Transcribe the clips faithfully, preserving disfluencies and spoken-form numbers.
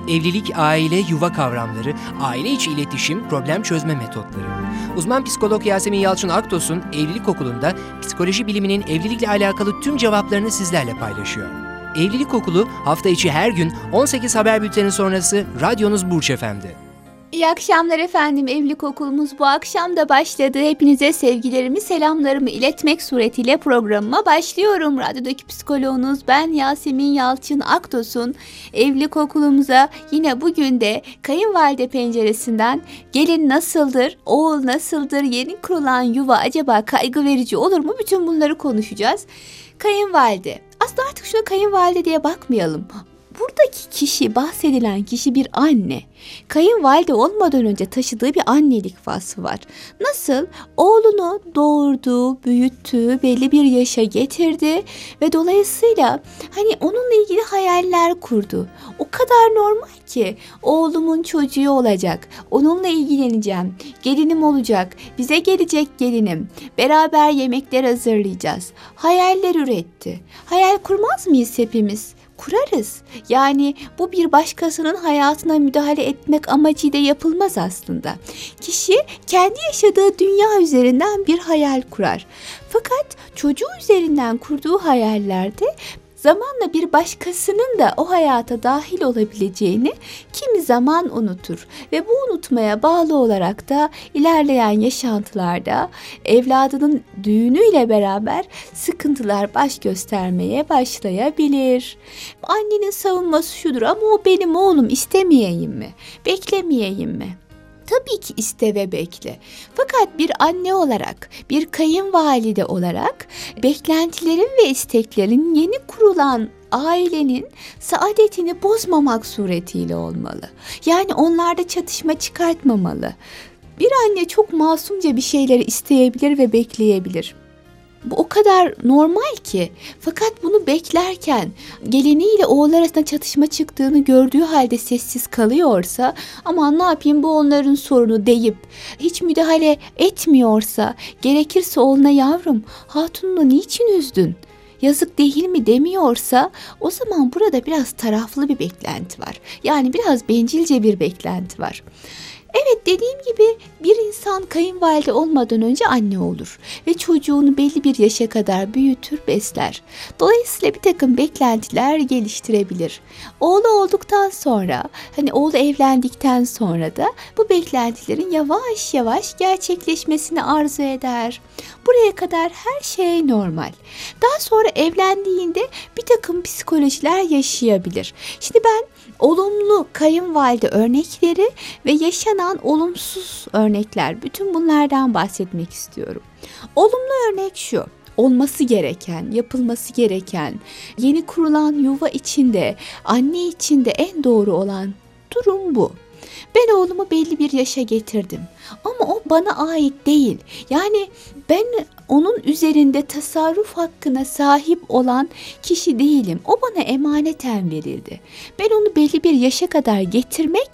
Evlilik, aile, yuva kavramları, aile içi iletişim, problem çözme metotları. Uzman psikolog Yasemin Yalçın Aktos'un Evlilik Okulu'nda psikoloji biliminin evlilikle alakalı tüm cevaplarını sizlerle paylaşıyor. Evlilik Okulu hafta içi her gün on sekiz haber bülteni sonrası radyonuz Burç Efendi. İyi akşamlar efendim. Evlilik Okulumuz bu akşam da başladı. Hepinize sevgilerimi, selamlarımı iletmek suretiyle programıma başlıyorum. Radyodaki psikoloğunuz ben Yasemin Yalçın Aktos'un Evlilik Okulumuza yine bugün de kayınvalide penceresinden gelin nasıldır, oğul nasıldır, yeni kurulan yuva acaba kaygı verici olur mu? Bütün bunları konuşacağız. Kayınvalide. Aslında artık şuna kayınvalide diye bakmayalım. Buradaki kişi, bahsedilen kişi bir anne. Kayınvalide olmadan önce taşıdığı bir annelik vasfı var. Nasıl? Oğlunu doğurdu, büyüttü, belli bir yaşa getirdi ve dolayısıyla hani onunla ilgili hayaller kurdu. O kadar normal ki oğlumun çocuğu olacak, onunla ilgileneceğim, gelinim olacak, bize gelecek gelinim, beraber yemekler hazırlayacağız. Hayaller üretti. Hayal kurmaz mıyız hepimiz? Kurarız. Yani bu bir başkasının hayatına müdahale etmek amacıyla yapılmaz aslında. Kişi kendi yaşadığı dünya üzerinden bir hayal kurar. Fakat çocuğu üzerinden kurduğu hayallerde zamanla bir başkasının da o hayata dahil olabileceğini kimi zaman unutur ve bu unutmaya bağlı olarak da ilerleyen yaşantılarda evladının düğünüyle beraber sıkıntılar baş göstermeye başlayabilir. Annenin savunması şudur: ama o benim oğlum, istemeyeyim mi? Beklemeyeyim mi? Tabii ki iste ve bekle. Fakat bir anne olarak, bir kayınvalide olarak beklentilerin ve isteklerin yeni kurulan ailenin saadetini bozmamak suretiyle olmalı. Yani onlarda çatışma çıkartmamalı. Bir anne çok masumca bir şeyleri isteyebilir ve bekleyebilir. Bu o kadar normal ki. Fakat bunu beklerken geliniyle oğul arasında çatışma çıktığını gördüğü halde sessiz kalıyorsa, aman ne yapayım bu onların sorunu deyip hiç müdahale etmiyorsa, gerekirse oğluna yavrum hatununu niçin üzdün, yazık değil mi demiyorsa, o zaman burada biraz taraflı bir beklenti var. Yani biraz bencilce bir beklenti var. Evet, dediğim gibi bir insan kayınvalide olmadan önce anne olur ve çocuğunu belli bir yaşa kadar büyütür, besler. Dolayısıyla bir takım beklentiler geliştirebilir. Oğlu olduktan sonra, hani oğlu evlendikten sonra da bu beklentilerin yavaş yavaş gerçekleşmesini arzu eder. Buraya kadar her şey normal. Daha sonra evlendiğinde bir takım psikolojiler yaşayabilir. Şimdi ben olumlu kayınvalide örnekleri ve yaşanan olumsuz örnekler, bütün bunlardan bahsetmek istiyorum. Olumlu örnek şu: olması gereken, yapılması gereken, yeni kurulan yuva içinde, anne içinde en doğru olan durum bu. Ben oğlumu belli bir yaşa getirdim ama o bana ait değil. Yani ben onun üzerinde tasarruf hakkına sahip olan kişi değilim. O bana emaneten verildi. Ben onu belli bir yaşa kadar getirmek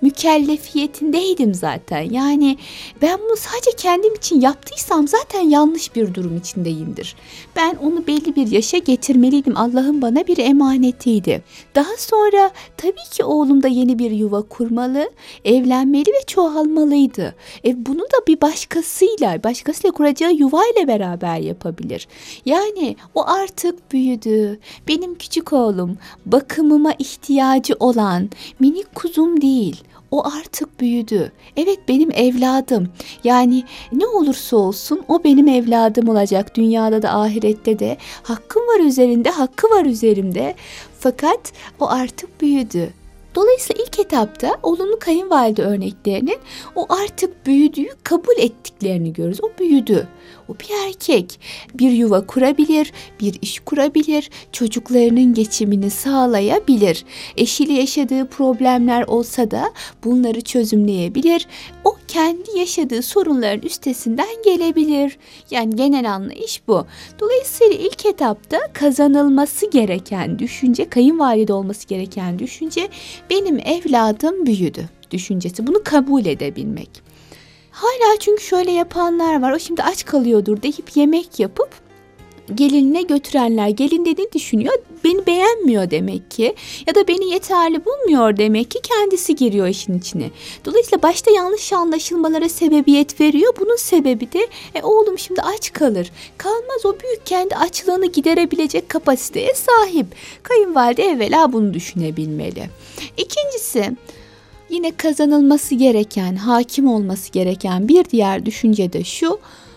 mükellefiyetindeydim zaten. Yani ben bunu sadece kendim için yaptıysam zaten yanlış bir durum içindeyimdir. Ben onu belli bir yaşa getirmeliydim. Allah'ın bana bir emanetiydi. Daha sonra tabii ki oğlum da yeni bir yuva kurmalı, evlenmeli ve çoğalmalıydı. E bunu da bir başkasıyla, başkasıyla kuracağı yuvayla beraber yapabilir. Yani o artık büyüdü. Benim küçük oğlum, bakımıma ihtiyacı olan minik kuzum değil. O artık büyüdü. Evet, benim evladım. Yani ne olursa olsun o benim evladım olacak. Dünyada da ahirette de hakkım var üzerinde, hakkı var üzerimde. Fakat o artık büyüdü. Dolayısıyla ilk etapta olumlu kayınvalide örneklerinin o artık büyüdüğü kabul ettiklerini görürüz. O büyüdü. O bir erkek. Bir yuva kurabilir, bir iş kurabilir, çocuklarının geçimini sağlayabilir. Eşiyle yaşadığı problemler olsa da bunları çözümleyebilir. O kendi yaşadığı sorunların üstesinden gelebilir. Yani genel anlayış bu. Dolayısıyla ilk etapta kazanılması gereken düşünce, kayınvalide olması gereken düşünce, benim evladım büyüdü düşüncesi. Bunu kabul edebilmek. Hala çünkü şöyle yapanlar var. O şimdi aç kalıyordur deyip yemek yapıp gelinine götürenler gelin dediğini düşünüyor. Beni beğenmiyor demek ki ya da beni yeterli bulmuyor demek ki kendisi giriyor işin içine. Dolayısıyla başta yanlış anlaşılmalara sebebiyet veriyor. Bunun sebebi de e, oğlum şimdi aç kalır. Kalmaz, o büyük kendi açlığını giderebilecek kapasiteye sahip. Kayınvalide evvela bunu düşünebilmeli. İkincisi, yine kazanılması gereken, hakim olması gereken bir diğer düşünce de şu: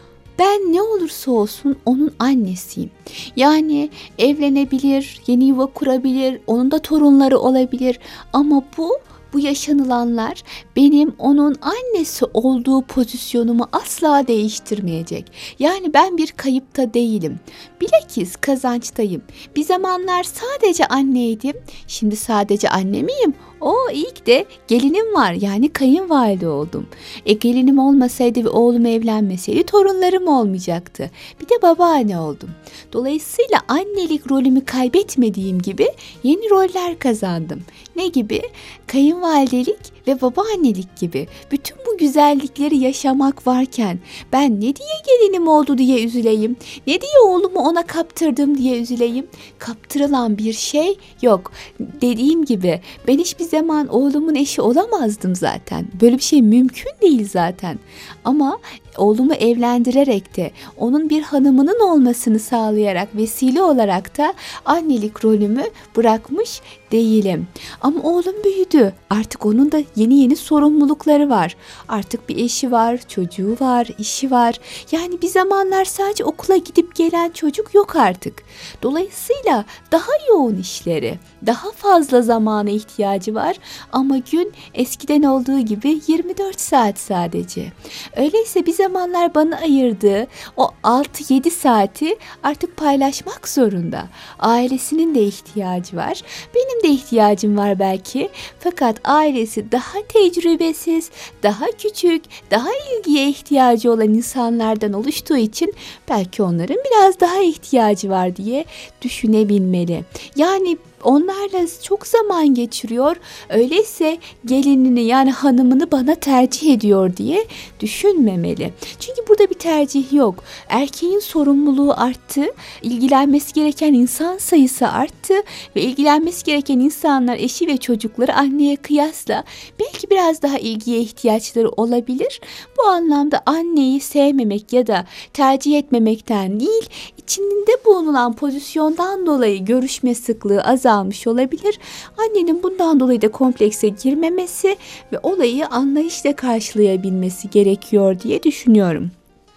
ben ne olursa olsun onun annesiyim. Yani evlenebilir, yeni yuva kurabilir, onun da torunları olabilir ama bu Bu yaşanılanlar benim onun annesi olduğu pozisyonumu asla değiştirmeyecek. Yani ben bir kayıpta değilim. Bilakis kazançtayım. Bir zamanlar sadece anneydim. Şimdi sadece anne miyim? O ilk de gelinim var, yani kayınvalide oldum. E gelinim olmasaydı ve oğlum evlenmeseydi torunlarım olmayacaktı. Bir de babaanne oldum. Dolayısıyla annelik rolümü kaybetmediğim gibi yeni roller kazandım. Ne gibi? Kayınvalidelik ve babaannelik gibi. Bütün bu güzellikleri yaşamak varken ben ne diye gelinim oldu diye üzüleyim? Ne diye oğlumu ona kaptırdım diye üzüleyim? Kaptırılan bir şey yok. Dediğim gibi ben hiçbir zaman oğlumun eşi olamazdım zaten. Böyle bir şey mümkün değil zaten. Ama oğlumu evlendirerek de onun bir hanımının olmasını sağlayarak, vesile olarak da annelik rolümü bırakmış değilim. Ama oğlum büyüdü. Artık onun da yeni yeni sorumlulukları var. Artık bir eşi var, çocuğu var, işi var. Yani bir zamanlar sadece okula gidip gelen çocuk yok artık. Dolayısıyla daha yoğun işleri, daha fazla zamana ihtiyacı var. Ama gün eskiden olduğu gibi yirmi dört saat sadece. Öyleyse bir zamanlar bana ayırdığı o altı yedi saati artık paylaşmak zorunda. Ailesinin de ihtiyacı var. Benim de ihtiyacım var belki. Fakat ailesi daha tecrübesiz, daha küçük, daha ilgiye ihtiyacı olan insanlardan oluştuğu için belki onların biraz daha ihtiyacı var diye düşünebilmeli. Yani onlarla çok zaman geçiriyor. Öyleyse gelinini, yani hanımını bana tercih ediyor diye düşünmemeli. Çünkü burada bir tercih yok. Erkeğin sorumluluğu arttı. İlgilenmesi gereken insan sayısı arttı ve ilgilenmesi gereken insanlar, eşi ve çocukları anneye kıyasla belki biraz daha ilgiye ihtiyaçları olabilir. Bu anlamda anneyi sevmemek ya da tercih etmemekten değil, içinde bulunan pozisyondan dolayı görüşme sıklığı azalmış olabilir. Annenin bundan dolayı da komplekse girmemesi ve olayı anlayışla karşılayabilmesi gerekiyor diye düşünüyorum.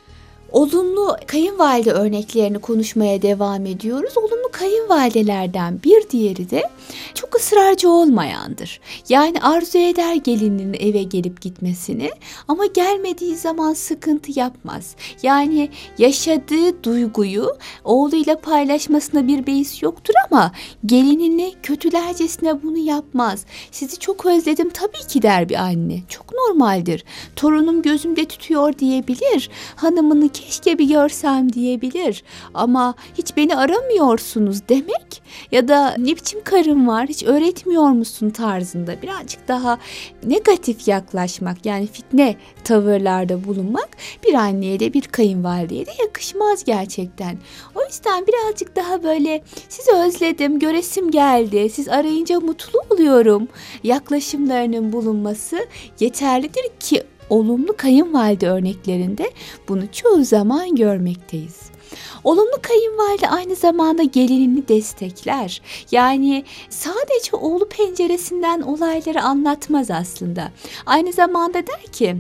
Olumlu kayınvalide örneklerini konuşmaya devam ediyoruz. Olumlu kayınvalidelerden bir diğeri de çok ısrarcı olmayandır. Yani arzu eder gelininin eve gelip gitmesini ama gelmediği zaman sıkıntı yapmaz. Yani yaşadığı duyguyu oğluyla paylaşmasına bir beis yoktur ama gelinini kötülercesine bunu yapmaz. Sizi çok özledim tabii ki der bir anne. Çok normaldir. Torunum gözümde tutuyor diyebilir. Hanımını keşke bir görsem diyebilir. Ama hiç beni aramıyorsunuz demek ya da ne biçim karın var, hiç öğretmiyor musun tarzında birazcık daha negatif yaklaşmak, yani fitne tavırlarda bulunmak bir anneye de bir kayınvalideye de yakışmaz gerçekten. O yüzden birazcık daha böyle sizi özledim, göresim geldi, siz arayınca mutlu oluyorum yaklaşımlarının bulunması yeterlidir ki olumlu kayınvalide örneklerinde bunu çoğu zaman görmekteyiz. Olumlu kayınvalide aynı zamanda gelinini destekler. Yani sadece oğlu penceresinden olayları anlatmaz aslında. Aynı zamanda der ki,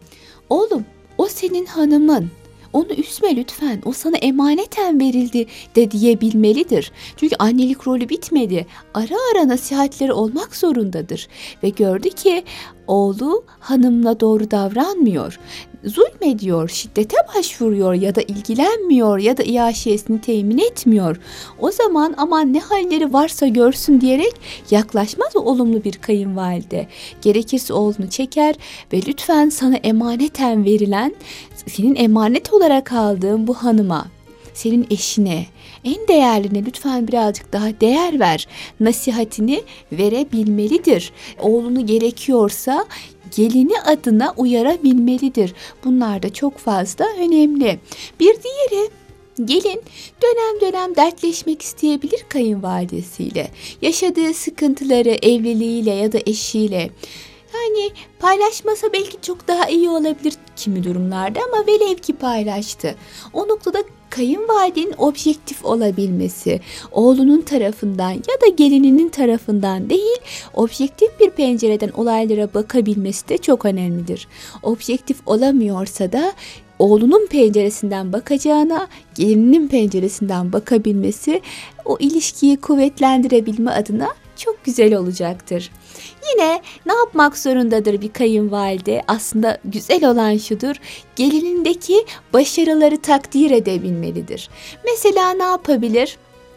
oğlum o senin hanımın. Onu üzme lütfen, o sana emaneten verildi de diyebilmelidir. Çünkü annelik rolü bitmedi. Ara ara nasihatleri olmak zorundadır. Ve gördü ki oğlu hanımla doğru davranmıyor. Zulmediyor, şiddete başvuruyor ya da ilgilenmiyor ya da iaşesini temin etmiyor. O zaman aman ne halleri varsa görsün diyerek yaklaşmaz o olumlu bir kayınvalide. Gerekirse oğlunu çeker ve lütfen sana emaneten verilen, senin emanet olarak aldığın bu hanıma, senin eşine, en değerline lütfen birazcık daha değer ver nasihatini verebilmelidir. Oğlunu gerekiyorsa gelini adına uyarabilmelidir. Bunlar da çok fazla önemli. Bir diğeri Gelin dönem dönem dertleşmek isteyebilir kayınvalidesiyle. Yaşadığı sıkıntıları evliliğiyle ya da eşiyle. Yani paylaşmasa belki çok daha iyi olabilir kimi durumlarda ama velev ki paylaştı. O noktada kayınvalidenin objektif olabilmesi, oğlunun tarafından ya da gelininin tarafından değil, objektif bir pencereden olaylara bakabilmesi de çok önemlidir. Objektif olamıyorsa da oğlunun penceresinden bakacağına gelininin penceresinden bakabilmesi o ilişkiyi kuvvetlendirebilme adına çok güzel olacaktır. Yine ne yapmak zorundadır bir kayınvalide? Aslında güzel olan şudur, gelinindeki başarıları takdir edebilmelidir. Mesela ne yapabilir?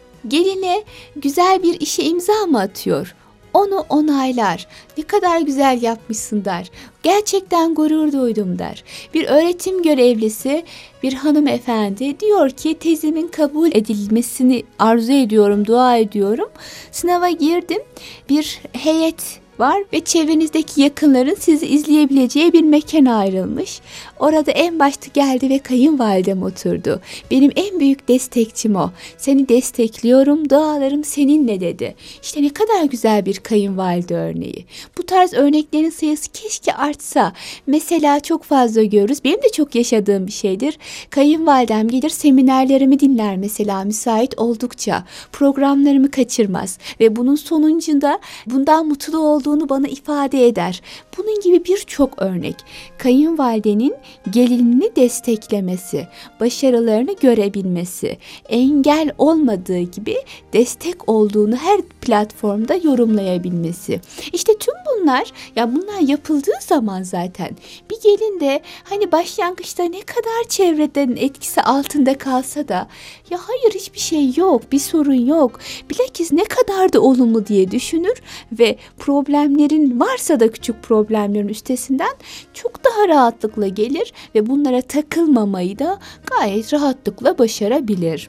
Geline güzel bir işe imza mı atıyor? Onu onaylar. Ne kadar güzel yapmışsın der. Gerçekten gurur duydum der. Bir öğretim görevlisi, bir hanımefendi diyor ki tezimin kabul edilmesini arzu ediyorum, dua ediyorum. Sınava girdim. Bir heyet var ve çevrenizdeki yakınların sizi izleyebileceği bir mekan ayrılmış. Orada en başta geldi ve kayınvalidem oturdu. Benim en büyük destekçim o. Seni destekliyorum, dualarım seninle dedi. İşte ne kadar güzel bir kayınvalide örneği. Bu tarz örneklerin sayısı keşke artsa. Mesela çok fazla görürüz. Benim de çok yaşadığım bir şeydir. Kayınvalidem gelir seminerlerimi dinler mesela müsait oldukça. Programlarımı kaçırmaz ve bunun sonucunda bundan mutlu olduğunu bana ifade eder. Bunun gibi birçok örnek. Kayınvalidenin gelinini desteklemesi, başarılarını görebilmesi, engel olmadığı gibi destek olduğunu her platformda yorumlayabilmesi. İşte tüm bunlar, ya bunlar yapıldığı zaman zaten bir gelin de hani başlangıçta ne kadar çevreden etkisi altında kalsa da ya hayır hiçbir şey yok, bir sorun yok, bilakis ne kadar da olumlu diye düşünür ve problemlerin varsa da küçük problemlerin üstesinden çok daha rahatlıkla gelir ve bunlara takılmamayı da gayet rahatlıkla başarabilir.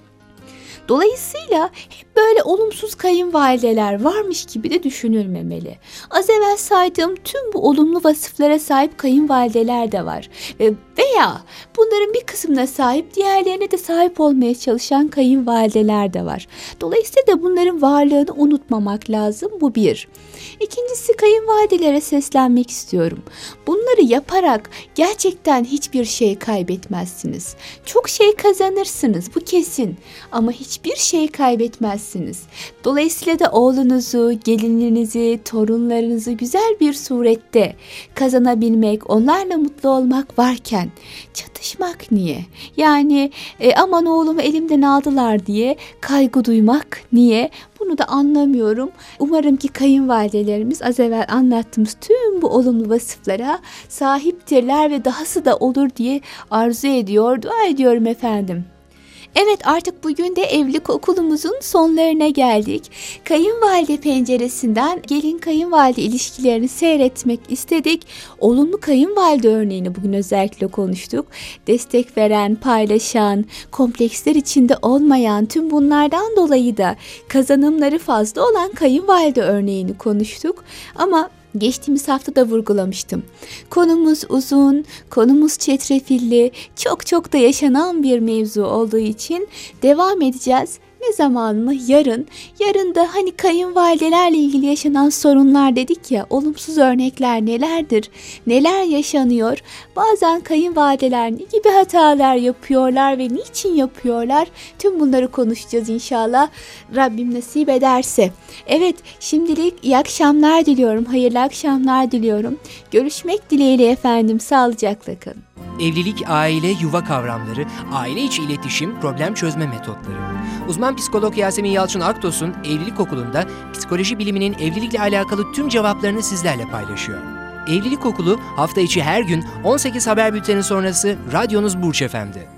Dolayısıyla hep böyle olumsuz kayınvalideler varmış gibi de düşünülmemeli. Az evvel saydığım tüm bu olumlu vasıflara sahip kayınvalideler de var. Ve veya bunların bir kısmına sahip, diğerlerine de sahip olmaya çalışan kayınvalideler de var. Dolayısıyla da bunların varlığını unutmamak lazım. Bu bir. İkincisi, kayınvalidelere seslenmek istiyorum. Bunları yaparak gerçekten hiçbir şey kaybetmezsiniz. Çok şey kazanırsınız, bu kesin. Ama hiçbir şey kaybetmezsiniz. Dolayısıyla da oğlunuzu, gelinlerinizi, torunlarınızı güzel bir surette kazanabilmek, onlarla mutlu olmak varken çatışmak niye? Yani e, aman oğlumu elimden aldılar diye kaygı duymak niye? Bunu da anlamıyorum. Umarım ki kayınvalidelerimiz az evvel anlattığımız tüm bu olumlu vasıflara sahiptirler ve dahası da olur diye arzu ediyor, dua ediyorum efendim. Evet, artık bugün de evlilik okulumuzun sonlarına geldik. Kayınvalide penceresinden gelin kayınvalide ilişkilerini seyretmek istedik. Olumlu kayınvalide örneğini bugün özellikle konuştuk. Destek veren, paylaşan, kompleksler içinde olmayan, tüm bunlardan dolayı da kazanımları fazla olan kayınvalide örneğini konuştuk. Ama geçtiğimiz hafta da vurgulamıştım. Konumuz uzun, konumuz çetrefilli, çok çok da yaşanan bir mevzu olduğu için devam edeceğiz. Ne zaman mı? Yarın. Yarın da hani kayınvalidelerle ilgili yaşanan sorunlar dedik ya, olumsuz örnekler nelerdir? Neler yaşanıyor? Bazen kayınvalideler ne gibi hatalar yapıyorlar ve niçin yapıyorlar? Tüm bunları konuşacağız inşallah. Rabbim nasip ederse. Evet, şimdilik iyi akşamlar diliyorum. Hayırlı akşamlar diliyorum. Görüşmek dileğiyle efendim. Sağlıcakla kalın. Evlilik, aile, yuva kavramları, aile içi iletişim, problem çözme metotları. Uzman psikolog Yasemin Yalçın Aktos'un Evlilik Okulu'nda psikoloji biliminin evlilikle alakalı tüm cevaplarını sizlerle paylaşıyor. Evlilik Okulu hafta içi her gün on sekiz haber bülteni sonrası radyonuz Burç F M'de.